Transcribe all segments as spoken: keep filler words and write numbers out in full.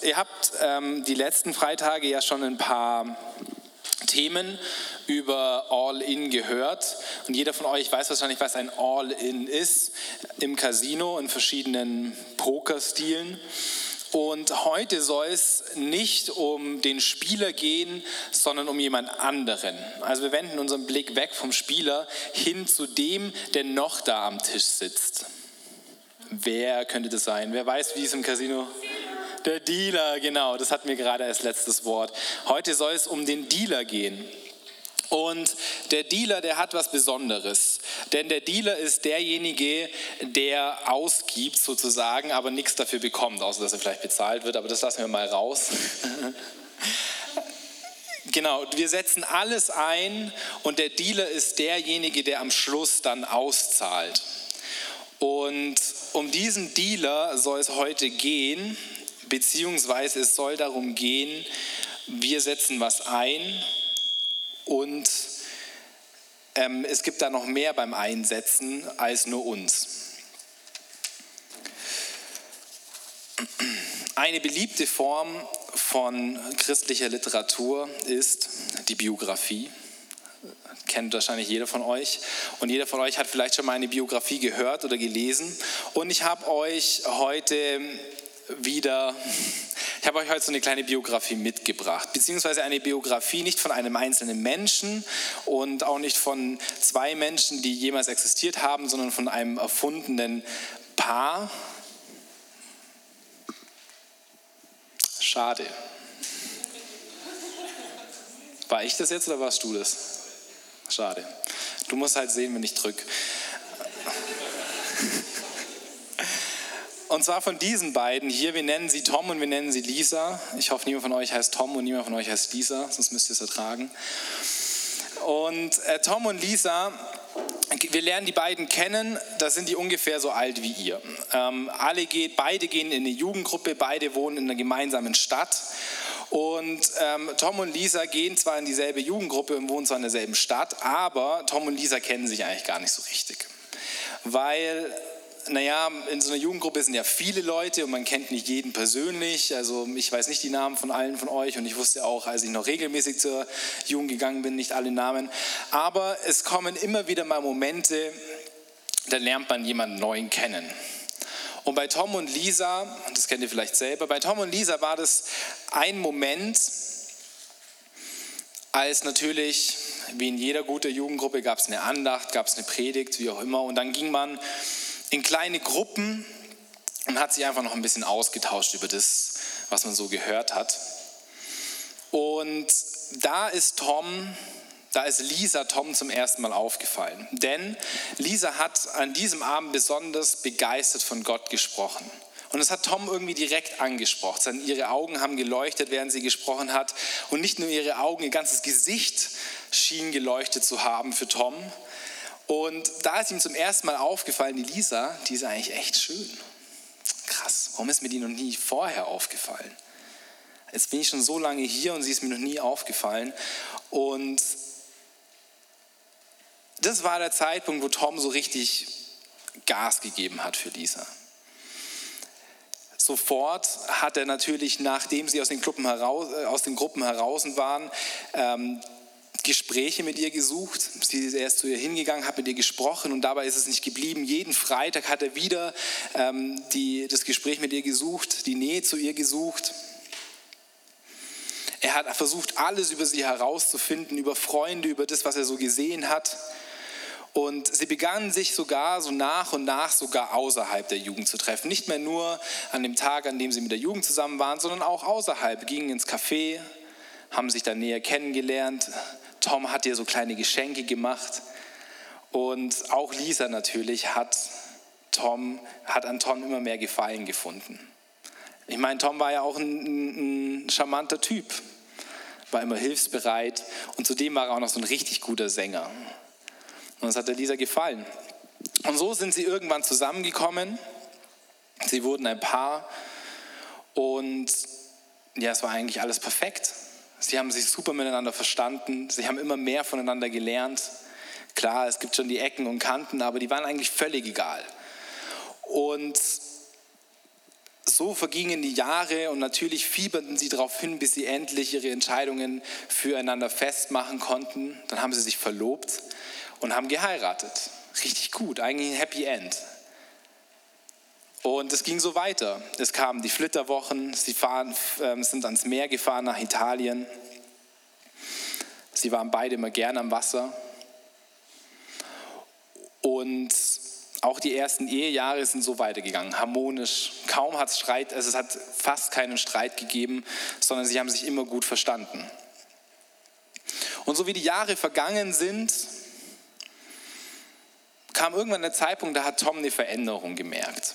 ihr habt ähm, die letzten Freitage ja schon ein paar Themen über All-In gehört. Und jeder von euch weiß wahrscheinlich, was ein All-In ist im Casino in verschiedenen Pokerstilen. Und heute soll es nicht um den Spieler gehen, sondern um jemand anderen. Also wir wenden unseren Blick weg vom Spieler hin zu dem, der noch da am Tisch sitzt. Wer könnte das sein? Wer weiß, wie es im Casino... Der Dealer, genau, das hatten wir gerade als letztes Wort. Heute soll es um den Dealer gehen. Und der Dealer, der hat was Besonderes. Denn der Dealer ist derjenige, der ausgibt sozusagen, aber nichts dafür bekommt, außer dass er vielleicht bezahlt wird. Aber das lassen wir mal raus. Genau, wir setzen alles ein und der Dealer ist derjenige, der am Schluss dann auszahlt. Und um diesen Dealer soll es heute gehen. Beziehungsweise es soll darum gehen, wir setzen was ein und ähm, es gibt da noch mehr beim Einsetzen als nur uns. Eine beliebte Form von christlicher Literatur ist die Biografie. Kennt wahrscheinlich jeder von euch. Und jeder von euch hat vielleicht schon mal eine Biografie gehört oder gelesen. Und ich habe euch heute... wieder, ich habe euch heute so eine kleine Biografie mitgebracht, beziehungsweise eine Biografie nicht von einem einzelnen Menschen und auch nicht von zwei Menschen, die jemals existiert haben, sondern von einem erfundenen Paar. Schade. War ich das jetzt oder warst du das? Schade. Du musst halt sehen, wenn ich drücke. Und zwar von diesen beiden hier, wir nennen sie Tom und wir nennen sie Lisa. Ich hoffe, niemand von euch heißt Tom und niemand von euch heißt Lisa, sonst müsst ihr es ertragen. Und äh, Tom und Lisa, wir lernen die beiden kennen, da sind die ungefähr so alt wie ihr. Ähm, alle geht, beide gehen in eine Jugendgruppe, beide wohnen in einer gemeinsamen Stadt. Und ähm, Tom und Lisa gehen zwar in dieselbe Jugendgruppe und wohnen zwar in derselben Stadt, aber Tom und Lisa kennen sich eigentlich gar nicht so richtig. Weil... Naja, in so einer Jugendgruppe sind ja viele Leute und man kennt nicht jeden persönlich. Also ich weiß nicht die Namen von allen von euch und ich wusste auch, als ich noch regelmäßig zur Jugend gegangen bin, nicht alle Namen. Aber es kommen immer wieder mal Momente, da lernt man jemanden Neuen kennen. Und bei Tom und Lisa, das kennt ihr vielleicht selber, bei Tom und Lisa war das ein Moment, als natürlich, wie in jeder guten Jugendgruppe, gab es eine Andacht, gab es eine Predigt, wie auch immer. Und dann ging man in kleine Gruppen und hat sich einfach noch ein bisschen ausgetauscht über das, was man so gehört hat. Und da ist Tom, da ist Lisa Tom zum ersten Mal aufgefallen. Denn Lisa hat an diesem Abend besonders begeistert von Gott gesprochen. Und das hat Tom irgendwie direkt angesprochen. Ihre Augen haben geleuchtet, während sie gesprochen hat. Und nicht nur ihre Augen, ihr ganzes Gesicht schien geleuchtet zu haben für Tom. Und da ist ihm zum ersten Mal aufgefallen, die Lisa, die ist eigentlich echt schön. Krass, warum ist mir die noch nie vorher aufgefallen? Jetzt bin ich schon so lange hier und sie ist mir noch nie aufgefallen. Und das war der Zeitpunkt, wo Tom so richtig Gas gegeben hat für Lisa. Sofort hat er natürlich, nachdem sie aus den Gruppen heraus, aus den Gruppen heraus waren, ähm, Gespräche mit ihr gesucht. Sie ist erst zu ihr hingegangen, hat mit ihr gesprochen und dabei ist es nicht geblieben. Jeden Freitag hat er wieder ähm, die, das Gespräch mit ihr gesucht, die Nähe zu ihr gesucht. Er hat versucht, alles über sie herauszufinden, über Freunde, über das, was er so gesehen hat. Und sie begannen sich sogar so nach und nach sogar außerhalb der Jugend zu treffen. Nicht mehr nur an dem Tag, an dem sie mit der Jugend zusammen waren, sondern auch außerhalb. Gingen ins Café, haben sich dann näher kennengelernt. Tom hat ihr so kleine Geschenke gemacht und auch Lisa natürlich hat, Tom, hat an Tom immer mehr Gefallen gefunden. Ich meine, Tom war ja auch ein, ein charmanter Typ, war immer hilfsbereit und zudem war er auch noch so ein richtig guter Sänger. Und das hat der Lisa gefallen. Und so sind sie irgendwann zusammengekommen, sie wurden ein Paar und ja, es war eigentlich alles perfekt. Sie haben sich super miteinander verstanden, sie haben immer mehr voneinander gelernt. Klar, es gibt schon die Ecken und Kanten, aber die waren eigentlich völlig egal. Und So vergingen die Jahre und natürlich fieberten sie darauf hin, bis sie endlich ihre Entscheidungen füreinander festmachen konnten. Dann haben sie sich verlobt und haben geheiratet. Richtig gut, eigentlich ein Happy End. Und es ging so weiter. Es kamen die Flitterwochen, sie fahren, äh, sind ans Meer gefahren nach Italien. Sie waren beide immer gern am Wasser. Und auch die ersten Ehejahre sind so weitergegangen, harmonisch. Kaum hat es Streit, also es hat fast keinen Streit gegeben, sondern sie haben sich immer gut verstanden. Und so wie die Jahre vergangen sind, kam irgendwann der Zeitpunkt, da hat Tom eine Veränderung gemerkt.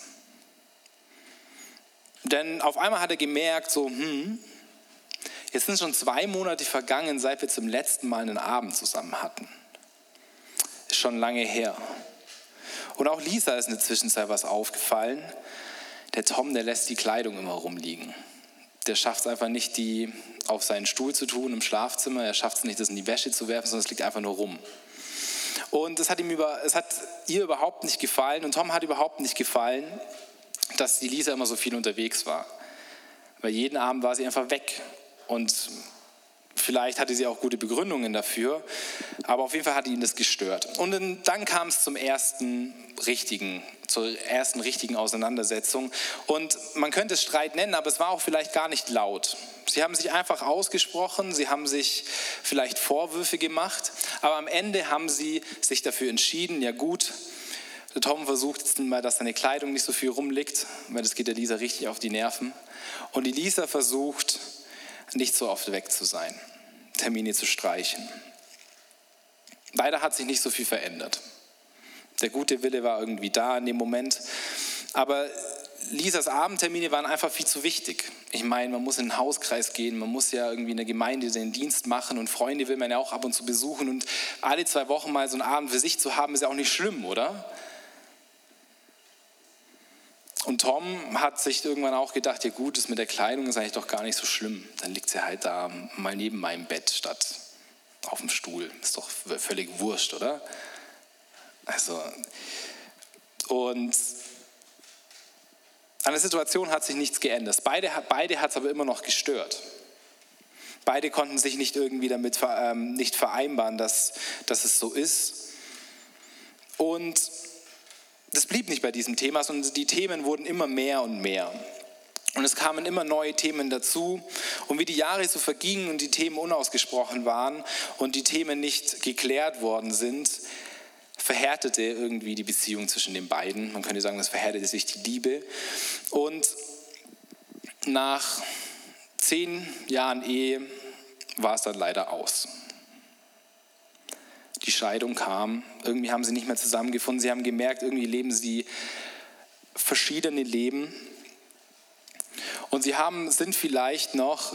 Denn auf einmal hat er gemerkt, so, hm, jetzt sind schon zwei Monate vergangen, seit wir zum letzten Mal einen Abend zusammen hatten. Ist schon lange her. Und auch Lisa ist in der Zwischenzeit was aufgefallen. Der Tom, der lässt die Kleidung immer rumliegen. Der schafft es einfach nicht, die auf seinen Stuhl zu tun im Schlafzimmer. Er schafft es nicht, das in die Wäsche zu werfen, sondern es liegt einfach nur rum. Und es hat, ihm über, es hat ihr überhaupt nicht gefallen und Tom hat überhaupt nicht gefallen, dass die Lisa immer so viel unterwegs war. Weil jeden Abend war sie einfach weg. Und vielleicht hatte sie auch gute Begründungen dafür, aber auf jeden Fall hat ihn das gestört. Und dann kam es zum ersten richtigen, zur ersten richtigen Auseinandersetzung. Und man könnte es Streit nennen, aber es war auch vielleicht gar nicht laut. Sie haben sich einfach ausgesprochen, sie haben sich vielleicht Vorwürfe gemacht, aber am Ende haben sie sich dafür entschieden, ja gut, der Tom versucht jetzt mal, dass seine Kleidung nicht so viel rumliegt, weil das geht der Lisa richtig auf die Nerven. Und die Lisa versucht, nicht so oft weg zu sein, Termine zu streichen. Leider hat sich nicht so viel verändert. Der gute Wille war irgendwie da in dem Moment, aber Lisas Abendtermine waren einfach viel zu wichtig. Ich meine, man muss in den Hauskreis gehen, man muss ja irgendwie in der Gemeinde den Dienst machen und Freunde will man ja auch ab und zu besuchen und alle zwei Wochen mal so einen Abend für sich zu haben, ist ja auch nicht schlimm, oder? Und Tom hat sich irgendwann auch gedacht, ja gut, das mit der Kleidung ist eigentlich doch gar nicht so schlimm. Dann liegt sie halt da mal neben meinem Bett statt auf dem Stuhl. Ist doch völlig wurscht, oder? Also, und an der Situation hat sich nichts geändert. Beide, beide hat es aber immer noch gestört. Beide konnten sich nicht irgendwie damit ähm, nicht vereinbaren, dass, dass es so ist. Und das blieb nicht bei diesem Thema, sondern die Themen wurden immer mehr und mehr. Und es kamen immer neue Themen dazu. Und wie die Jahre so vergingen und die Themen unausgesprochen waren und die Themen nicht geklärt worden sind, verhärtete irgendwie die Beziehung zwischen den beiden. Man könnte sagen, es verhärtete sich die Liebe. Und nach zehn Jahren Ehe war es dann leider aus. Die Scheidung kam, irgendwie haben sie nicht mehr zusammengefunden. Sie haben gemerkt, irgendwie leben sie verschiedene Leben. Und sie haben, sind vielleicht noch,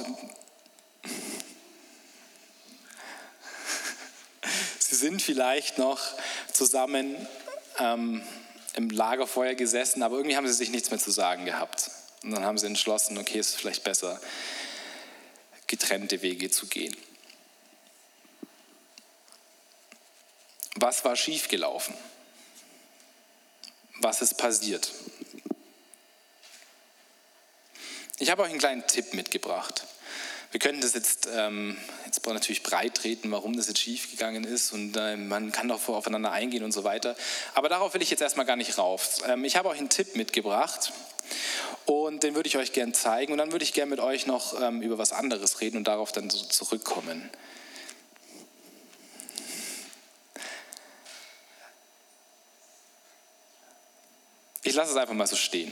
sie sind vielleicht noch zusammen ähm, im Lagerfeuer gesessen, aber irgendwie haben sie sich nichts mehr zu sagen gehabt. Und dann haben sie entschlossen, okay, es ist vielleicht besser, getrennte Wege zu gehen. Was war schiefgelaufen? Was ist passiert? Ich habe euch einen kleinen Tipp mitgebracht. Wir könnten das jetzt, ähm, jetzt natürlich breit treten, warum das jetzt schiefgegangen ist und äh, man kann doch aufeinander eingehen und so weiter. Aber darauf will ich jetzt erstmal gar nicht rauf. Ähm, ich habe euch einen Tipp mitgebracht und den würde ich euch gerne zeigen und dann würde ich gerne mit euch noch ähm, über was anderes reden und darauf dann so zurückkommen. Ich lasse es einfach mal so stehen.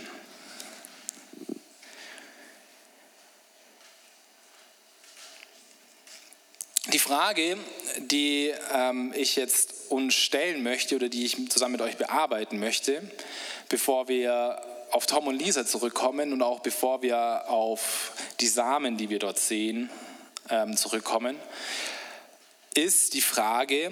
Die Frage, die ähm, ich jetzt uns stellen möchte oder die ich zusammen mit euch bearbeiten möchte, bevor wir auf Tom und Lisa zurückkommen und auch bevor wir auf die Samen, die wir dort sehen, ähm, zurückkommen, ist die Frage,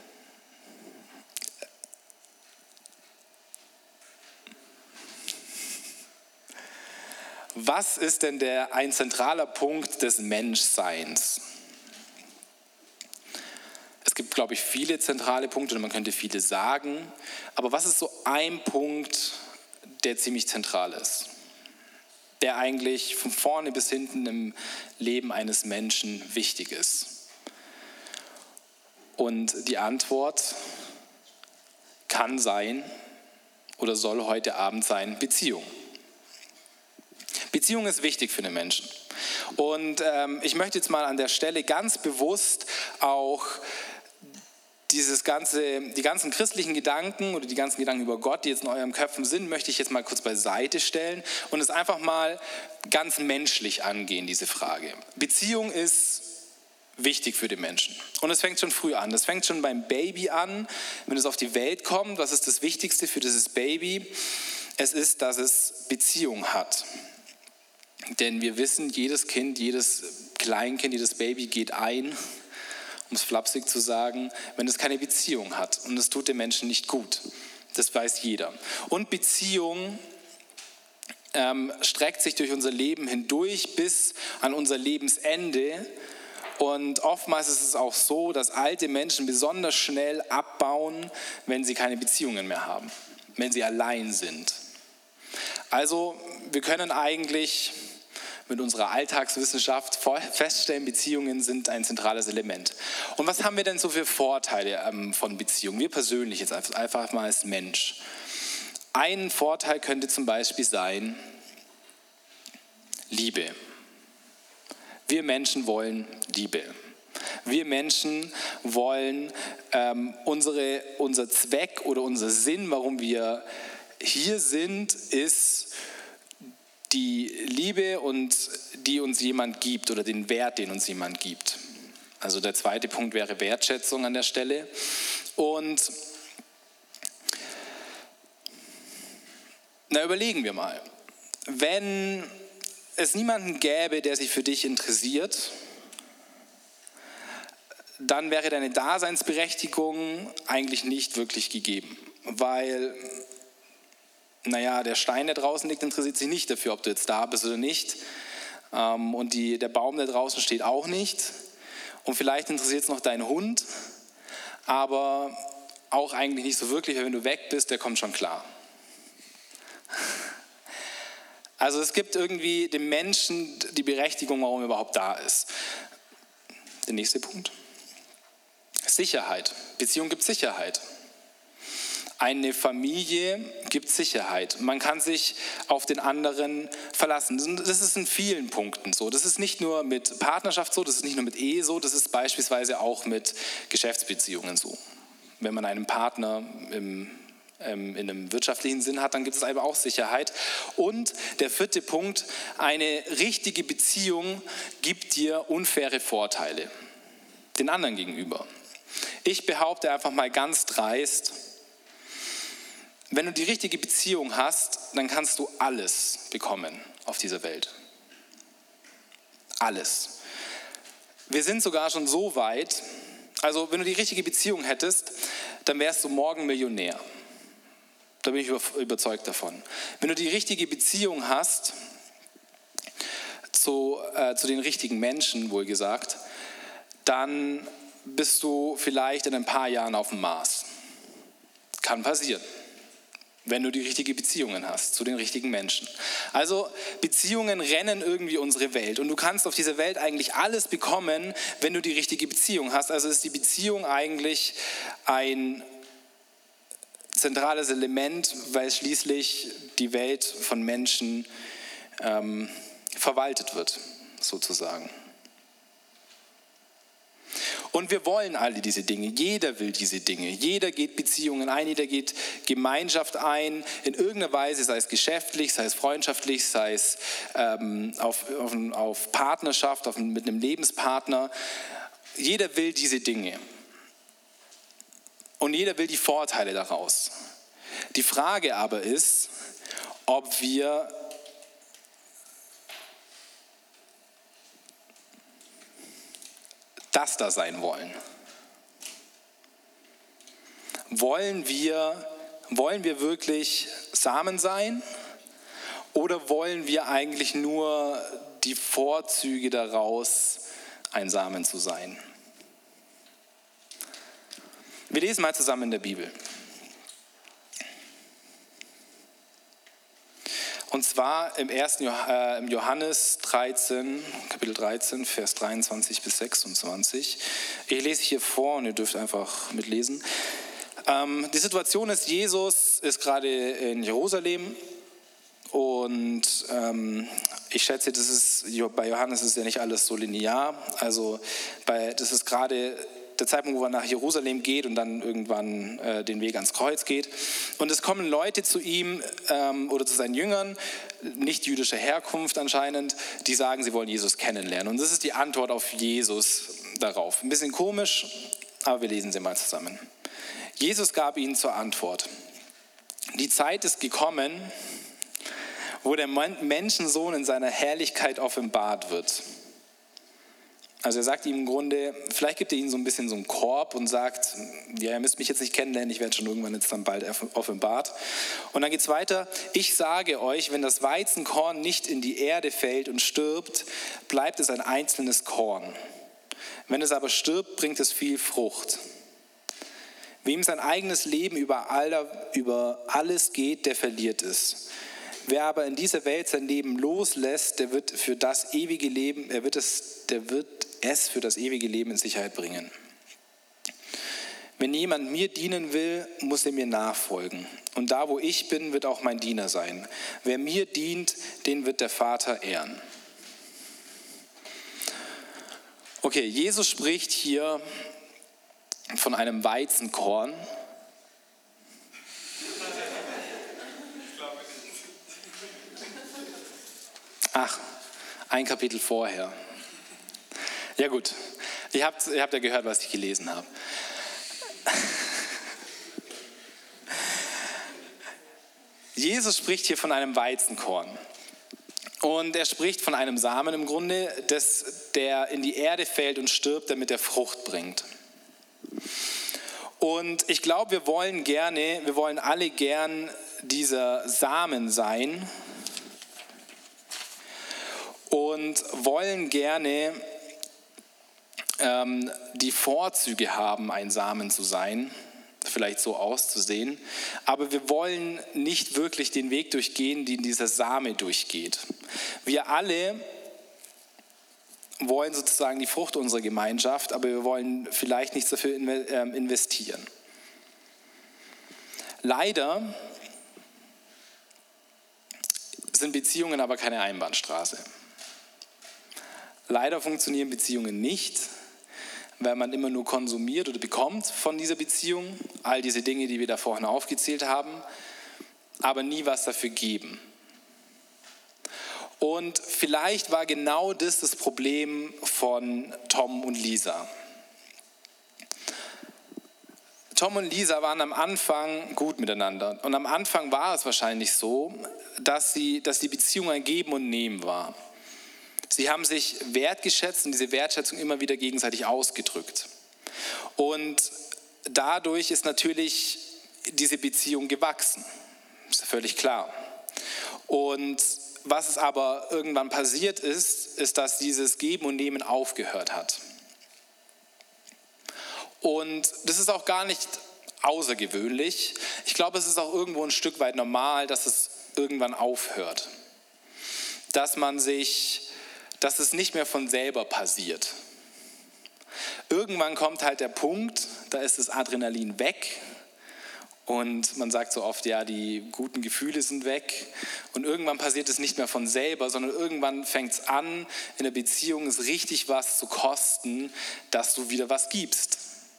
was ist denn der, ein zentraler Punkt des Menschseins? Es gibt, glaube ich, viele zentrale Punkte und man könnte viele sagen. Aber was ist so ein Punkt, der ziemlich zentral ist? der eigentlich von vorne bis hinten im Leben eines Menschen wichtig ist? Und die Antwort kann sein oder soll heute Abend sein: Beziehung. Beziehung ist wichtig für den Menschen. Und ähm, ich möchte jetzt mal an der Stelle ganz bewusst auch dieses ganze, die ganzen christlichen Gedanken oder die ganzen Gedanken über Gott, die jetzt in euren Köpfen sind, möchte ich jetzt mal kurz beiseite stellen und es einfach mal ganz menschlich angehen, diese Frage. Beziehung ist wichtig für den Menschen. Und es fängt schon früh an. Das fängt schon beim Baby an, wenn es auf die Welt kommt. Was ist das Wichtigste für dieses Baby? Es ist, dass es Beziehung hat. Denn wir wissen, jedes Kind, jedes Kleinkind, jedes Baby geht ein, um es flapsig zu sagen, wenn es keine Beziehung hat. Und es tut dem Menschen nicht gut. Das weiß jeder. Und Beziehung ähm, streckt sich durch unser Leben hindurch bis an unser Lebensende. Und oftmals ist es auch so, dass alte Menschen besonders schnell abbauen, wenn sie keine Beziehungen mehr haben, wenn sie allein sind. Also wir können eigentlich mit unserer Alltagswissenschaft feststellen, Beziehungen sind ein zentrales Element. Und was haben wir denn so für Vorteile ähm, von Beziehungen? Wir persönlich jetzt einfach, einfach mal als Mensch. Ein Vorteil könnte zum Beispiel sein Liebe. Wir Menschen wollen Liebe. Wir Menschen wollen ähm, unsere, unser Zweck oder unser Sinn, warum wir hier sind, ist die Liebe, und die uns jemand gibt oder den Wert, den uns jemand gibt. Also der zweite Punkt wäre Wertschätzung an der Stelle. Und na, überlegen wir mal, wenn es niemanden gäbe, der sich für dich interessiert, dann wäre deine Daseinsberechtigung eigentlich nicht wirklich gegeben, weil naja, der Stein, der draußen liegt, interessiert sich nicht dafür, ob du jetzt da bist oder nicht. Und die, der Baum, der draußen steht, auch nicht. Und vielleicht interessiert es noch deinen Hund, aber auch eigentlich nicht so wirklich, weil wenn du weg bist, der kommt schon klar. Also es gibt irgendwie dem Menschen die Berechtigung, warum er überhaupt da ist. Der nächste Punkt. Sicherheit. Beziehung gibt Sicherheit. Eine Familie gibt Sicherheit. Man kann sich auf den anderen verlassen. Das ist in vielen Punkten so. Das ist nicht nur mit Partnerschaft so, das ist nicht nur mit Ehe so, das ist beispielsweise auch mit Geschäftsbeziehungen so. Wenn man einen Partner im, ähm, in einem wirtschaftlichen Sinn hat, dann gibt es aber auch Sicherheit. Und der vierte Punkt, eine richtige Beziehung gibt dir unfaire Vorteile den anderen gegenüber. Ich behaupte einfach mal ganz dreist, wenn du die richtige Beziehung hast, dann kannst du alles bekommen auf dieser Welt. Alles. Wir sind sogar schon so weit, also wenn du die richtige Beziehung hättest, dann wärst du morgen Millionär. Da bin ich überzeugt davon. Wenn du die richtige Beziehung hast, zu, äh, zu den richtigen Menschen, wohl gesagt, dann bist du vielleicht in ein paar Jahren auf dem Mars. Kann passieren. Wenn du die richtige Beziehungen hast zu den richtigen Menschen. Also Beziehungen rennen irgendwie unsere Welt und du kannst auf dieser Welt eigentlich alles bekommen, wenn du die richtige Beziehung hast. Also ist die Beziehung eigentlich ein zentrales Element, weil schließlich die Welt von Menschen ähm, verwaltet wird, sozusagen. Und wir wollen alle diese Dinge, jeder will diese Dinge, jeder geht Beziehungen ein, jeder geht Gemeinschaft ein, in irgendeiner Weise, sei es geschäftlich, sei es freundschaftlich, sei es ähm, auf, auf, auf Partnerschaft, auf, mit einem Lebenspartner. Jeder will diese Dinge und jeder will die Vorteile daraus. Die Frage aber ist, ob wir das da sein wollen. Wollen wir, wollen wir wirklich Samen sein oder wollen wir eigentlich nur die Vorzüge daraus, ein Samen zu sein? Wir lesen mal zusammen in der Bibel. Und Und zwar im ersten äh, im Johannes dreizehn, Kapitel dreizehn, Vers dreiundzwanzig bis sechsundzwanzig. Ich lese hier vor und ihr dürft einfach mitlesen. Ähm, die Situation ist, Jesus ist gerade in Jerusalem und ähm, ich schätze, das ist, bei Johannes ist ja nicht alles so linear. Also bei, das ist gerade der Zeitpunkt, wo er nach Jerusalem geht und dann irgendwann äh, den Weg ans Kreuz geht. Und es kommen Leute zu ihm ähm, oder zu seinen Jüngern, nicht jüdischer Herkunft anscheinend, die sagen, sie wollen Jesus kennenlernen. Und das ist die Antwort auf Jesus darauf. Ein bisschen komisch, aber wir lesen sie mal zusammen. Jesus gab ihnen zur Antwort: Die Zeit ist gekommen, wo der Menschensohn in seiner Herrlichkeit offenbart wird. Also er sagt ihm im Grunde, vielleicht gibt er ihnen so ein bisschen so einen Korb und sagt, ja, ihr müsst mich jetzt nicht kennenlernen, ich werde schon irgendwann jetzt dann bald offenbart. Und dann geht es weiter: Ich sage euch, wenn das Weizenkorn nicht in die Erde fällt und stirbt, bleibt es ein einzelnes Korn. Wenn es aber stirbt, bringt es viel Frucht. Wem sein eigenes Leben über, aller, über alles geht, der verliert es. Wer aber in dieser Welt sein Leben loslässt, der wird für das ewige Leben, er wird es, der wird es für das ewige Leben in Sicherheit bringen. Wenn jemand mir dienen will, muss er mir nachfolgen. Und da, wo ich bin, wird auch mein Diener sein. Wer mir dient, den wird der Vater ehren. Okay, Jesus spricht hier von einem Weizenkorn. Ach, ein Kapitel vorher. Ja gut, ihr habt, ihr habt ja gehört, was ich gelesen habe. Jesus spricht hier von einem Weizenkorn. Und er spricht von einem Samen im Grunde, das, der in die Erde fällt und stirbt, damit er Frucht bringt. Und ich glaube, wir wollen gerne, wir wollen alle gern dieser Samen sein und wollen gerne ähm, die Vorzüge haben, ein Samen zu sein, vielleicht so auszusehen, aber wir wollen nicht wirklich den Weg durchgehen, den dieser Same durchgeht. Wir alle wollen sozusagen die Frucht unserer Gemeinschaft, aber wir wollen vielleicht nichts dafür investieren. Leider sind Beziehungen aber keine Einbahnstraße. Leider funktionieren Beziehungen nicht, weil man immer nur konsumiert oder bekommt von dieser Beziehung, all diese Dinge, die wir da vorhin aufgezählt haben, aber nie was dafür geben. Und vielleicht war genau das das Problem von Tom und Lisa. Tom und Lisa waren am Anfang gut miteinander. Und am Anfang war es wahrscheinlich so, dass, sie, dass die Beziehung ein Geben und Nehmen war. Sie haben sich wertgeschätzt und diese Wertschätzung immer wieder gegenseitig ausgedrückt. Und dadurch ist natürlich diese Beziehung gewachsen. Ist ja völlig klar. Und was es aber irgendwann passiert ist, ist, dass dieses Geben und Nehmen aufgehört hat. Und das ist auch gar nicht außergewöhnlich. Ich glaube, es ist auch irgendwo ein Stück weit normal, dass es irgendwann aufhört. Dass man sich, dass es nicht mehr von selber passiert. Irgendwann kommt halt der Punkt, da ist das Adrenalin weg. Und man sagt so oft, ja, die guten Gefühle sind weg. Und irgendwann passiert es nicht mehr von selber, sondern irgendwann fängt es an, in der Beziehung es richtig was zu kosten, dass du wieder was gibst.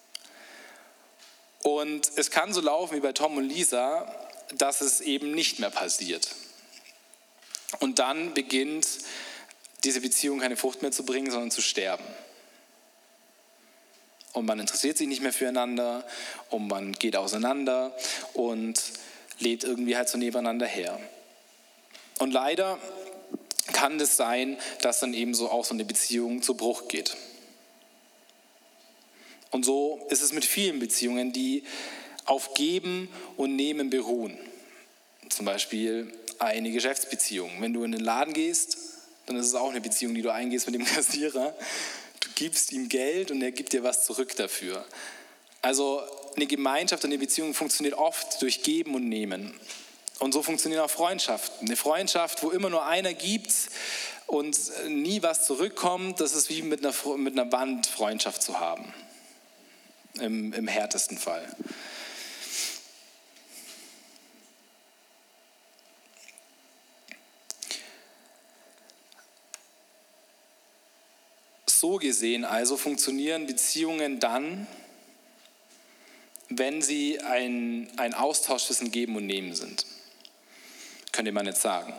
Und es kann so laufen wie bei Tom und Lisa, dass es eben nicht mehr passiert. Und dann beginnt diese Beziehung keine Frucht mehr zu bringen, sondern zu sterben. Und man interessiert sich nicht mehr füreinander und man geht auseinander und lebt irgendwie halt so nebeneinander her. Und leider kann es sein, dass dann eben so auch so eine Beziehung zu Bruch geht. Und so ist es mit vielen Beziehungen, die auf Geben und Nehmen beruhen. Zum Beispiel eine Geschäftsbeziehung. Wenn du in den Laden gehst, dann ist es auch eine Beziehung, die du eingehst mit dem Kassierer. Du gibst ihm Geld und er gibt dir was zurück dafür. Also eine Gemeinschaft und eine Beziehung funktioniert oft durch Geben und Nehmen. Und so funktionieren auch Freundschaften. Eine Freundschaft, wo immer nur einer gibt und nie was zurückkommt, das ist wie mit einer, mit einer Wand Freundschaft zu haben. Im, im härtesten Fall. So gesehen also funktionieren Beziehungen dann, wenn sie ein, ein Austausch zwischen Geben und Nehmen sind. Könnte man jetzt sagen.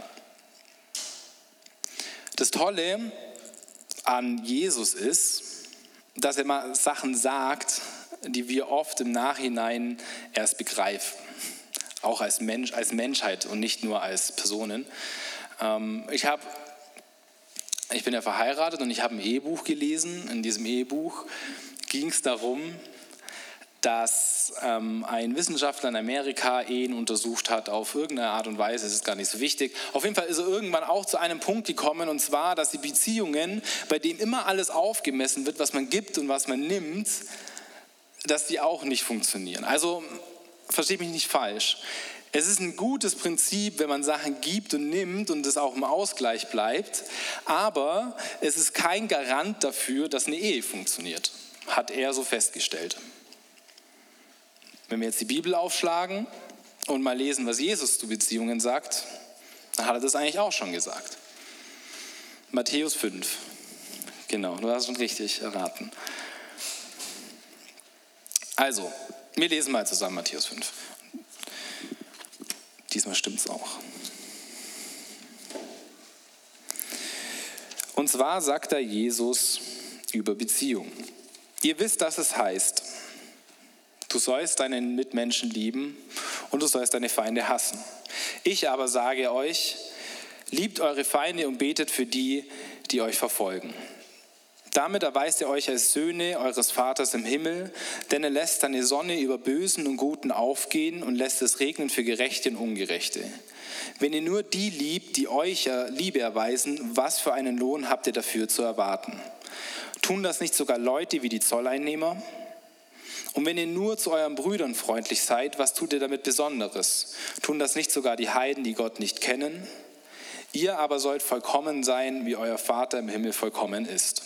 Das Tolle an Jesus ist, dass er mal Sachen sagt, die wir oft im Nachhinein erst begreifen. Auch als Mensch, als Menschheit und nicht nur als Personen. Ähm, ich habe Ich bin ja verheiratet und ich habe ein Ehebuch gelesen. In diesem Ehebuch ging es darum, dass ähm, ein Wissenschaftler in Amerika Ehen untersucht hat auf irgendeine Art und Weise, das ist gar nicht so wichtig. Auf jeden Fall ist er irgendwann auch zu einem Punkt gekommen, und zwar, dass die Beziehungen, bei denen immer alles aufgemessen wird, was man gibt und was man nimmt, dass die auch nicht funktionieren. Also, versteht mich nicht falsch. Es ist ein gutes Prinzip, wenn man Sachen gibt und nimmt und es auch im Ausgleich bleibt, aber es ist kein Garant dafür, dass eine Ehe funktioniert, hat er so festgestellt. Wenn wir jetzt die Bibel aufschlagen und mal lesen, was Jesus zu Beziehungen sagt, dann hat er das eigentlich auch schon gesagt. Matthäus fünf, genau, du hast schon richtig erraten. Also, wir lesen mal zusammen Matthäus fünf. Diesmal stimmt es auch. Und zwar sagt da Jesus über Beziehung. Ihr wisst, dass es heißt, du sollst deinen Mitmenschen lieben und du sollst deine Feinde hassen. Ich aber sage euch, liebt eure Feinde und betet für die, die euch verfolgen. Damit erweist er euch als Söhne eures Vaters im Himmel, denn er lässt seine Sonne über Bösen und Guten aufgehen und lässt es regnen für Gerechte und Ungerechte. Wenn ihr nur die liebt, die euch Liebe erweisen, was für einen Lohn habt ihr dafür zu erwarten? Tun das nicht sogar Leute wie die Zolleinnehmer? Und wenn ihr nur zu euren Brüdern freundlich seid, was tut ihr damit Besonderes? Tun das nicht sogar die Heiden, die Gott nicht kennen? Ihr aber sollt vollkommen sein, wie euer Vater im Himmel vollkommen ist.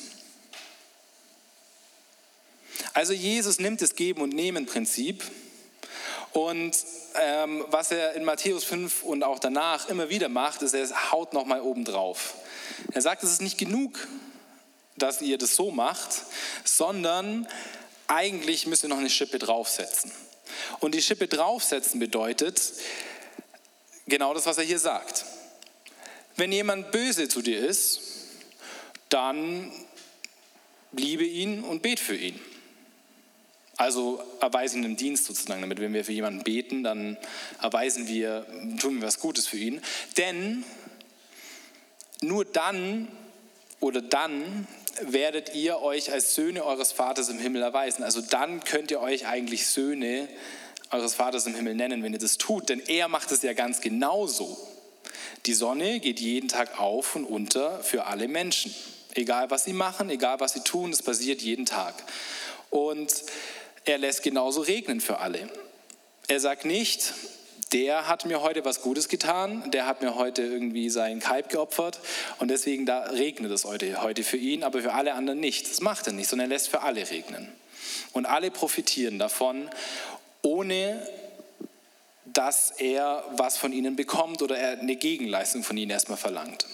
Also Jesus nimmt das Geben- und Nehmen-Prinzip und ähm, was er in Matthäus fünf und auch danach immer wieder macht, ist, er haut nochmal oben drauf. Er sagt, es ist nicht genug, dass ihr das so macht, sondern eigentlich müsst ihr noch eine Schippe draufsetzen. Und die Schippe draufsetzen bedeutet genau das, was er hier sagt. Wenn jemand böse zu dir ist, dann liebe ihn und bete für ihn. Also erweisen einen Dienst sozusagen damit. Wenn wir für jemanden beten, dann erweisen wir, tun wir was Gutes für ihn. Denn nur dann oder dann werdet ihr euch als Söhne eures Vaters im Himmel erweisen. Also dann könnt ihr euch eigentlich Söhne eures Vaters im Himmel nennen, wenn ihr das tut. Denn er macht es ja ganz genauso. Die Sonne geht jeden Tag auf und unter für alle Menschen. Egal was sie machen, egal was sie tun, das passiert jeden Tag. Und er lässt genauso regnen für alle. Er sagt nicht, der hat mir heute was Gutes getan, der hat mir heute irgendwie seinen Kalb geopfert und deswegen da regnet es heute, heute für ihn, aber für alle anderen nicht. Das macht er nicht, sondern er lässt für alle regnen. Und alle profitieren davon, ohne dass er was von ihnen bekommt oder er eine Gegenleistung von ihnen erstmal verlangt.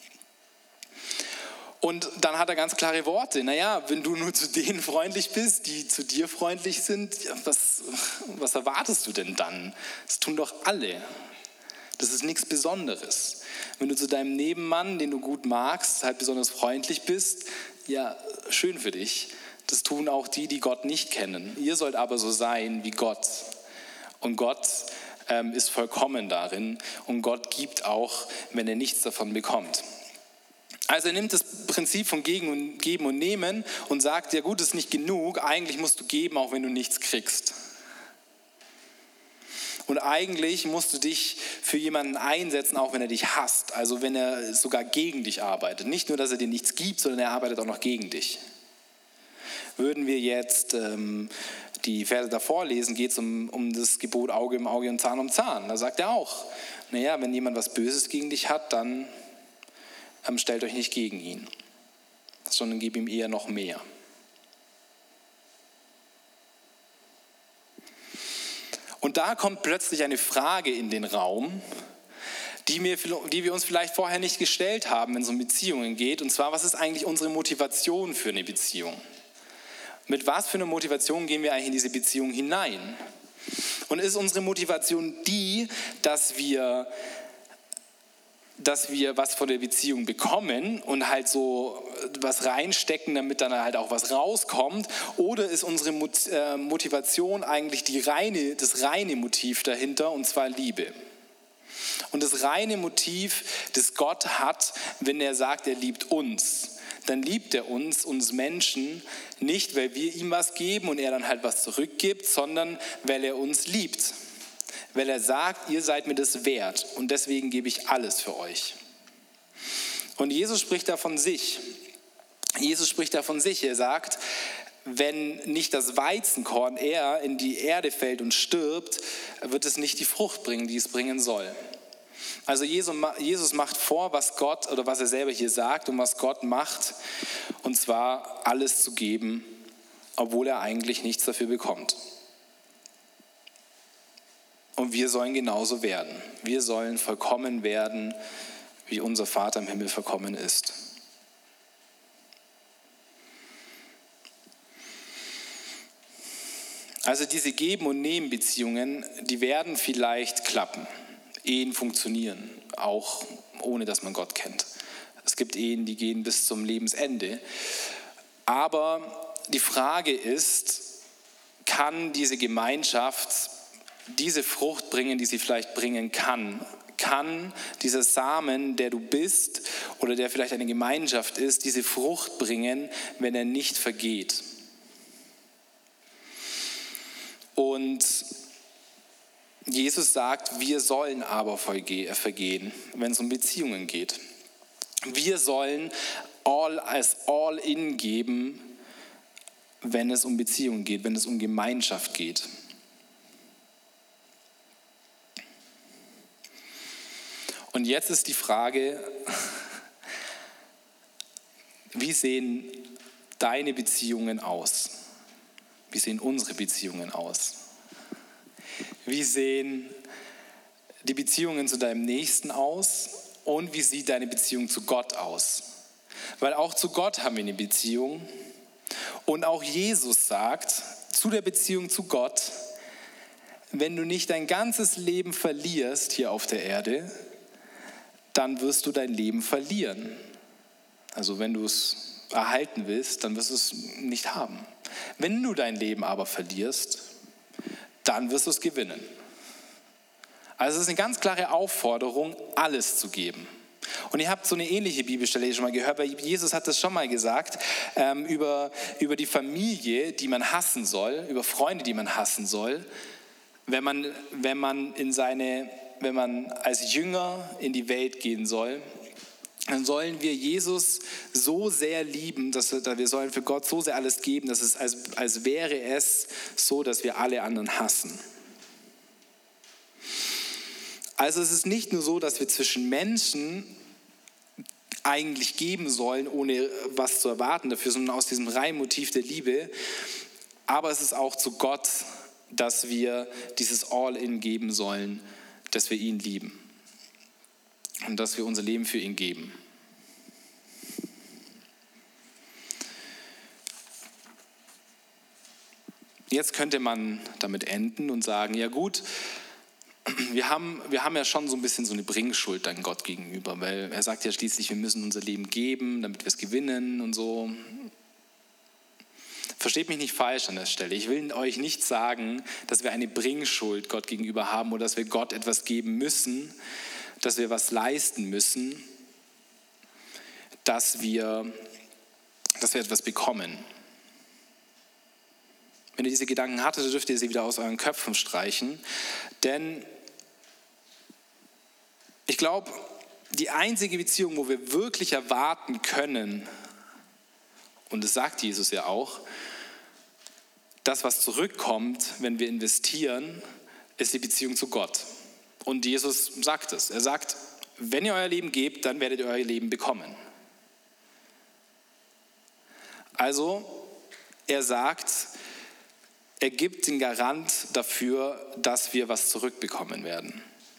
Und dann hat er ganz klare Worte. Naja, wenn du nur zu denen freundlich bist, die zu dir freundlich sind, was, was erwartest du denn dann? Das tun doch alle. Das ist nichts Besonderes. Wenn du zu deinem Nebenmann, den du gut magst, halt besonders freundlich bist, ja, schön für dich. Das tun auch die, die Gott nicht kennen. Ihr sollt aber so sein wie Gott. Und Gott ähm, ist vollkommen darin. Und Gott gibt auch, wenn er nichts davon bekommt. Also er nimmt das Prinzip von Geben und Nehmen und sagt, ja gut, das ist nicht genug, eigentlich musst du geben, auch wenn du nichts kriegst. Und eigentlich musst du dich für jemanden einsetzen, auch wenn er dich hasst, also wenn er sogar gegen dich arbeitet. Nicht nur, dass er dir nichts gibt, sondern er arbeitet auch noch gegen dich. Würden wir jetzt ähm, die Verse davor lesen, geht es um, um das Gebot Auge um Auge und Zahn um Zahn. Da sagt er auch, naja, wenn jemand was Böses gegen dich hat, dann ähm, stellt euch nicht gegen ihn, sondern gebt ihm eher noch mehr. Und da kommt plötzlich eine Frage in den Raum, die wir, die wir uns vielleicht vorher nicht gestellt haben, wenn es um Beziehungen geht. Und zwar, was ist eigentlich unsere Motivation für eine Beziehung? Mit was für einer Motivation gehen wir eigentlich in diese Beziehung hinein? Und ist unsere Motivation die, dass wir, dass wir was von der Beziehung bekommen und halt so was reinstecken, damit dann halt auch was rauskommt? Oder ist unsere Motivation eigentlich die reine, das reine Motiv dahinter, und zwar Liebe? Und das reine Motiv, das Gott hat, wenn er sagt, er liebt uns, dann liebt er uns, uns Menschen, nicht, weil wir ihm was geben und er dann halt was zurückgibt, sondern weil er uns liebt. Weil er sagt, ihr seid mir das wert und deswegen gebe ich alles für euch. Und Jesus spricht da von sich. Jesus spricht da von sich. Er sagt, wenn nicht das Weizenkorn eher in die Erde fällt und stirbt, wird es nicht die Frucht bringen, die es bringen soll. Also Jesus macht vor, was Gott oder was er selber hier sagt und was Gott macht, und zwar alles zu geben, obwohl er eigentlich nichts dafür bekommt. Und wir sollen genauso werden. Wir sollen vollkommen werden, wie unser Vater im Himmel vollkommen ist. Also diese Geben- und Nehmen-Beziehungen, die werden vielleicht klappen. Ehen funktionieren, auch ohne dass man Gott kennt. Es gibt Ehen, die gehen bis zum Lebensende. Aber die Frage ist, kann diese Gemeinschaft diese Frucht bringen, die sie vielleicht bringen kann? Kann dieser Samen, der du bist oder der vielleicht eine Gemeinschaft ist, diese Frucht bringen, wenn er nicht vergeht? Und Jesus sagt, wir sollen aber vergehen, wenn es um Beziehungen geht. Wir sollen all als All-in geben, wenn es um Beziehungen geht, wenn es um Gemeinschaft geht. Und jetzt ist die Frage, wie sehen deine Beziehungen aus? Wie sehen unsere Beziehungen aus? Wie sehen die Beziehungen zu deinem Nächsten aus und wie sieht deine Beziehung zu Gott aus? Weil auch zu Gott haben wir eine Beziehung und auch Jesus sagt zu der Beziehung zu Gott, wenn du nicht dein ganzes Leben verlierst hier auf der Erde, dann wirst du dein Leben verlieren. Also wenn du es erhalten willst, dann wirst du es nicht haben. Wenn du dein Leben aber verlierst, dann wirst du es gewinnen. Also es ist eine ganz klare Aufforderung, alles zu geben. Und ihr habt so eine ähnliche Bibelstelle schon mal gehört, weil Jesus hat das schon mal gesagt, ähm, über, über die Familie, die man hassen soll, über Freunde, die man hassen soll, wenn man, wenn man, in seine, wenn man als Jünger in die Welt gehen soll. Dann sollen wir Jesus so sehr lieben, dass wir, wir sollen für Gott so sehr alles geben, dass es als, als wäre es so, dass wir alle anderen hassen. Also es ist nicht nur so, dass wir zwischen Menschen eigentlich geben sollen, ohne was zu erwarten dafür, sondern aus diesem reinen Motiv der Liebe. Aber es ist auch zu Gott, dass wir dieses All-in geben sollen, dass wir ihn lieben. Und dass wir unser Leben für ihn geben. Jetzt könnte man damit enden und sagen, ja gut, wir haben, wir haben ja schon so ein bisschen so eine Bringschuld an Gott gegenüber, weil er sagt ja schließlich, wir müssen unser Leben geben, damit wir es gewinnen und so. Versteht mich nicht falsch an der Stelle. Ich will euch nicht sagen, dass wir eine Bringschuld Gott gegenüber haben oder dass wir Gott etwas geben müssen, dass wir was leisten müssen, dass wir, dass wir etwas bekommen. Wenn ihr diese Gedanken hattet, dürft ihr sie wieder aus euren Köpfen streichen. Denn ich glaube, die einzige Beziehung, wo wir wirklich erwarten können, und das sagt Jesus ja auch, das, was zurückkommt, wenn wir investieren, ist die Beziehung zu Gott. Und Jesus sagt es. Er sagt, wenn ihr euer Leben gebt, dann werdet ihr euer Leben bekommen. Also, er sagt, er gibt den Garant dafür, dass wir was zurückbekommen werden.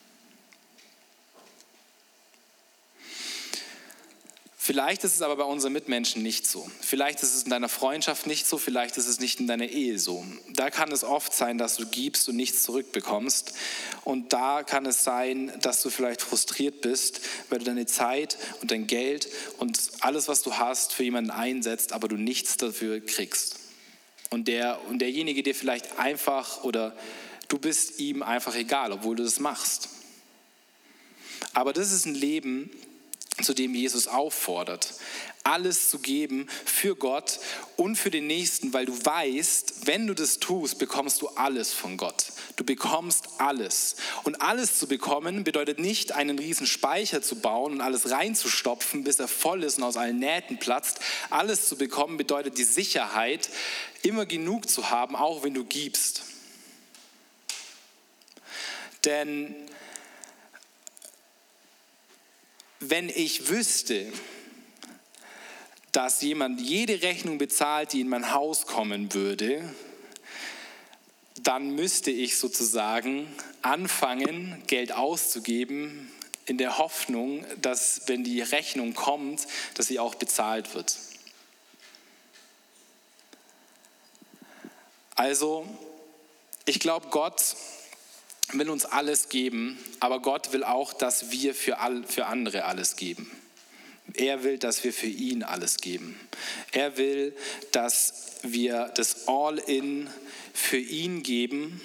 Vielleicht ist es aber bei unseren Mitmenschen nicht so. Vielleicht ist es in deiner Freundschaft nicht so, vielleicht ist es nicht in deiner Ehe so. Da kann es oft sein, dass du gibst und nichts zurückbekommst. Und da kann es sein, dass du vielleicht frustriert bist, weil du deine Zeit und dein Geld und alles, was du hast, für jemanden einsetzt, aber du nichts dafür kriegst. Und, der, und derjenige dir vielleicht einfach oder du bist ihm einfach egal, obwohl du das machst. Aber das ist ein Leben, zu dem Jesus auffordert, alles zu geben für Gott und für den Nächsten, weil du weißt, wenn du das tust, bekommst du alles von Gott. Du bekommst alles. Und alles zu bekommen bedeutet nicht, einen riesen Speicher zu bauen und alles reinzustopfen, bis er voll ist und aus allen Nähten platzt. Alles zu bekommen bedeutet die Sicherheit, immer genug zu haben, auch wenn du gibst. Denn wenn ich wüsste, dass jemand jede Rechnung bezahlt, die in mein Haus kommen würde, dann müsste ich sozusagen anfangen, Geld auszugeben, in der Hoffnung, dass, wenn die Rechnung kommt, dass sie auch bezahlt wird. Also, ich glaube, Gott will uns alles geben, aber Gott will auch, dass wir für, all, für andere alles geben. Er will, dass wir für ihn alles geben. Er will, dass wir das All-in für ihn geben,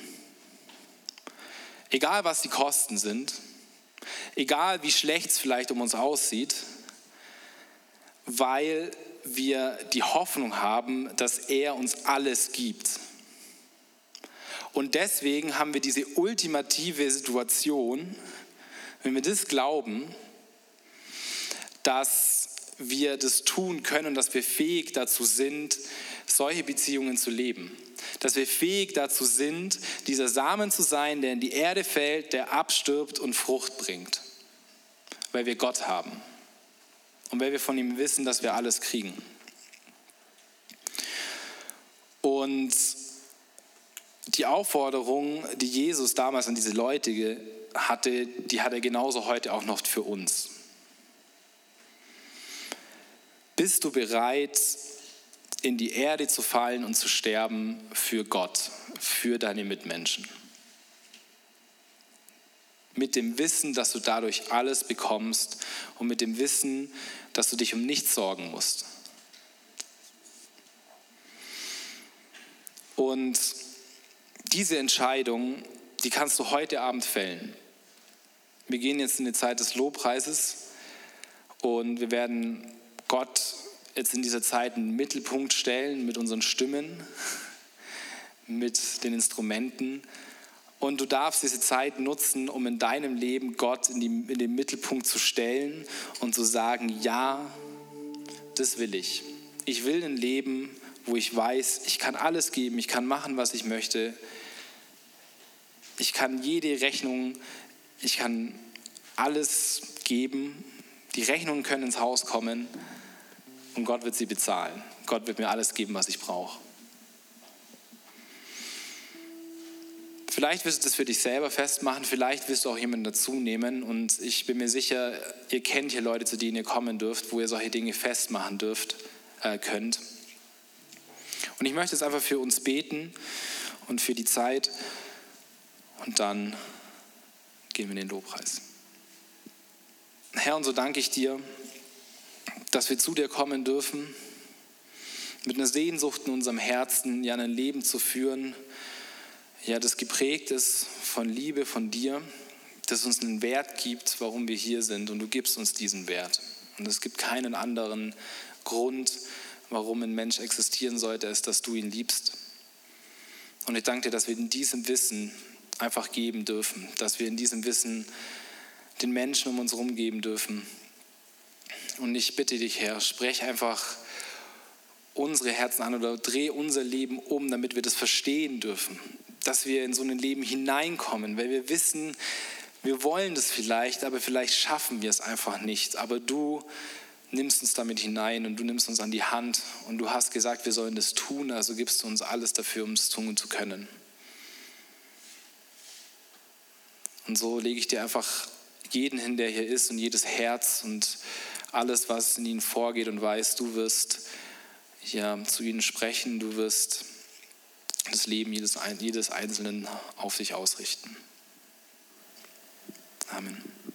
egal was die Kosten sind, egal wie schlecht es vielleicht um uns aussieht, weil wir die Hoffnung haben, dass er uns alles gibt. Und deswegen haben wir diese ultimative Situation, wenn wir das glauben, dass wir das tun können und dass wir fähig dazu sind, solche Beziehungen zu leben. Dass wir fähig dazu sind, dieser Samen zu sein, der in die Erde fällt, der abstirbt und Frucht bringt. Weil wir Gott haben. Und weil wir von ihm wissen, dass wir alles kriegen. Und die Aufforderung, die Jesus damals an diese Leute hatte, die hat er genauso heute auch noch für uns. Bist du bereit, in die Erde zu fallen und zu sterben für Gott, für deine Mitmenschen? Mit dem Wissen, dass du dadurch alles bekommst und mit dem Wissen, dass du dich um nichts sorgen musst. Und diese Entscheidung, die kannst du heute Abend fällen. Wir gehen jetzt in die Zeit des Lobpreises und wir werden Gott jetzt in dieser Zeit in den Mittelpunkt stellen mit unseren Stimmen, mit den Instrumenten. Und du darfst diese Zeit nutzen, um in deinem Leben Gott in, die, in den Mittelpunkt zu stellen und zu sagen, ja, das will ich. Ich will ein Leben, wo ich weiß, ich kann alles geben, ich kann machen, was ich möchte. Ich kann jede Rechnung, ich kann alles geben. Die Rechnungen können ins Haus kommen und Gott wird sie bezahlen. Gott wird mir alles geben, was ich brauche. Vielleicht wirst du das für dich selber festmachen, vielleicht wirst du auch jemanden dazu nehmen und ich bin mir sicher, ihr kennt hier Leute, zu denen ihr kommen dürft, wo ihr solche Dinge festmachen dürft, äh, könnt. Und ich möchte jetzt einfach für uns beten und für die Zeit und dann gehen wir in den Lobpreis. Herr, und so danke ich dir, dass wir zu dir kommen dürfen, mit einer Sehnsucht in unserem Herzen, ja, ein Leben zu führen, ja, das geprägt ist von Liebe, von dir, das uns einen Wert gibt, warum wir hier sind und du gibst uns diesen Wert. Und es gibt keinen anderen Grund, warum ein Mensch existieren sollte, als dass du ihn liebst. Und ich danke dir, dass wir in diesem Wissen einfach geben dürfen, dass wir in diesem Wissen den Menschen um uns herum geben dürfen. Und ich bitte dich, Herr, sprech einfach unsere Herzen an oder dreh unser Leben um, damit wir das verstehen dürfen, dass wir in so ein Leben hineinkommen, weil wir wissen, Wir wollen das vielleicht, aber vielleicht schaffen wir es einfach nicht. Aber du nimmst uns damit hinein und du nimmst uns an die Hand und du hast gesagt, wir sollen das tun, also gibst du uns alles dafür, um es tun zu können. Und so lege ich dir einfach jeden hin, der hier ist und jedes Herz und alles, was in ihnen vorgeht und weiß, du wirst ja, zu ihnen sprechen, du wirst das Leben jedes, jedes Einzelnen auf dich ausrichten. Amen.